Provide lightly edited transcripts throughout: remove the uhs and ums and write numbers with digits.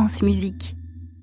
France Musique.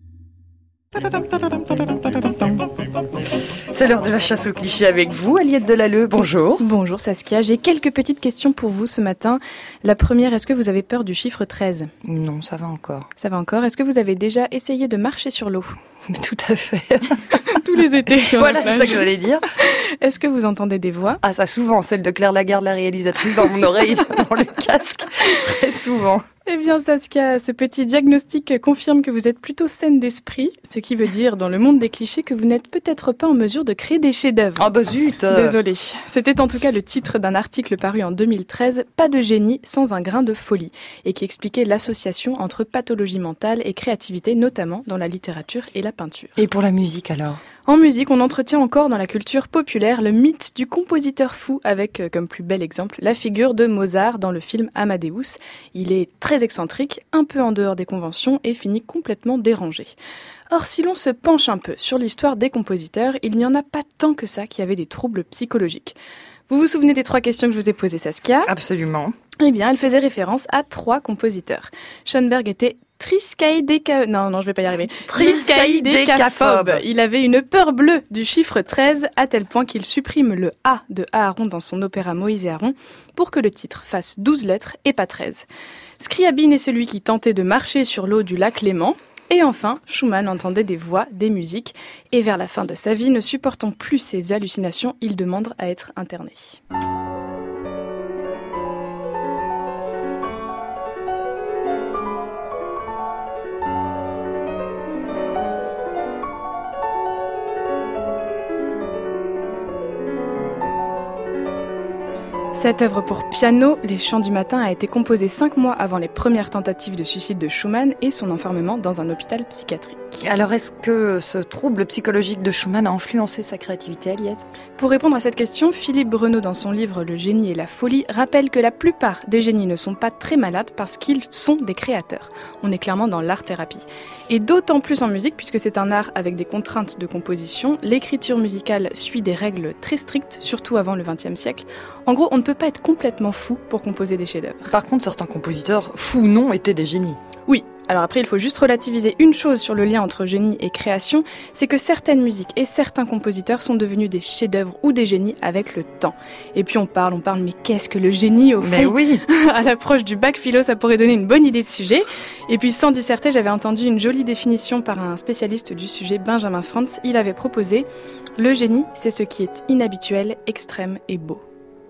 C'est l'heure de la chasse aux clichés avec vous, Aliette Delalleux, bonjour. Bonjour Saskia, j'ai quelques petites questions pour vous ce matin. La première, est-ce que vous avez peur du chiffre 13 ? Non, ça va encore. Ça va encore. Est-ce que vous avez déjà essayé de marcher sur l'eau ? Tout à fait. Tous les étés sur Voilà, la plage. c'est ça que j'allais dire. Est-ce que vous entendez des voix ? Ah, ça souvent, celle de Claire Lagarde, la réalisatrice, dans mon oreille, dans le casque, très souvent. Eh bien Saskia, ce petit diagnostic confirme que vous êtes plutôt saine d'esprit, ce qui veut dire dans le monde des clichés que vous n'êtes peut-être pas en mesure de créer des chefs-d'œuvre. Ah bah zut. Désolée. C'était en tout cas le titre d'un article paru en 2013, Pas de génie sans un grain de folie, et qui expliquait l'association entre pathologie mentale et créativité, notamment dans la littérature et la peinture. Et pour la musique alors ? En musique, on entretient encore dans la culture populaire le mythe du compositeur fou avec, comme plus bel exemple, la figure de Mozart dans le film Amadeus. Il est très excentrique, un peu en dehors des conventions et finit complètement dérangé. Or, si l'on se penche un peu sur l'histoire des compositeurs, il n'y en a pas tant que ça qui avaient des troubles psychologiques. Vous vous souvenez des 3 questions que je vous ai posées, Saskia ? Absolument. Eh bien, elles faisaient référence à 3 compositeurs. Schoenberg était triskaïdécaphobe. Il avait une peur bleue du chiffre 13 à tel point qu'il supprime le A de Aaron dans son opéra Moïse et Aaron pour que le titre fasse 12 lettres et pas 13. Scriabine est celui qui tentait de marcher sur l'eau du lac Léman. Et enfin, Schumann entendait des voix, des musiques. Et vers la fin de sa vie, ne supportant plus ses hallucinations, il demande à être interné. Cette œuvre pour piano, Les Chants du matin, a été composée 5 mois avant les premières tentatives de suicide de Schumann et son enfermement dans un hôpital psychiatrique. Alors, est-ce que ce trouble psychologique de Schumann a influencé sa créativité, Aliette ? Pour répondre à cette question, Philippe Breneau, dans son livre Le génie et la folie, rappelle que la plupart des génies ne sont pas très malades parce qu'ils sont des créateurs. On est clairement dans l'art-thérapie. Et d'autant plus en musique, puisque c'est un art avec des contraintes de composition, l'écriture musicale suit des règles très strictes, surtout avant le XXe siècle. En gros, on ne peut pas être complètement fou pour composer des chefs-d'œuvre. Par contre, certains compositeurs, fous ou non, étaient des génies. Oui. Alors après, il faut juste relativiser une chose sur le lien entre génie et création, c'est que certaines musiques et certains compositeurs sont devenus des chefs-d'œuvre ou des génies avec le temps. Et puis on parle, mais qu'est-ce que le génie au fond ? Mais oui. À l'approche du bac philo, ça pourrait donner une bonne idée de sujet. Et puis sans disserter, j'avais entendu une jolie définition par un spécialiste du sujet, Benjamin Franz. Il avait proposé « Le génie, c'est ce qui est inhabituel, extrême et beau ».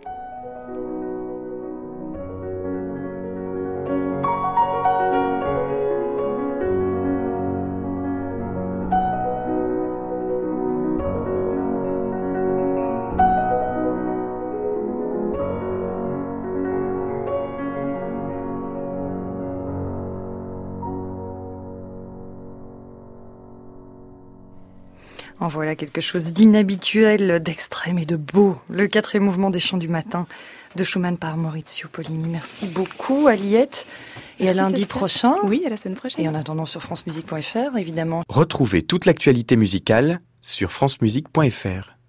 En voilà quelque chose d'inhabituel, d'extrême et de beau. Le 4e mouvement des Chants du matin de Schumann par Maurizio Pollini. Merci beaucoup, Aliette. Et Merci, à lundi Saskia. prochain. Oui, à la semaine prochaine. Et en attendant sur francemusique.fr, évidemment. Retrouvez toute l'actualité musicale sur francemusique.fr.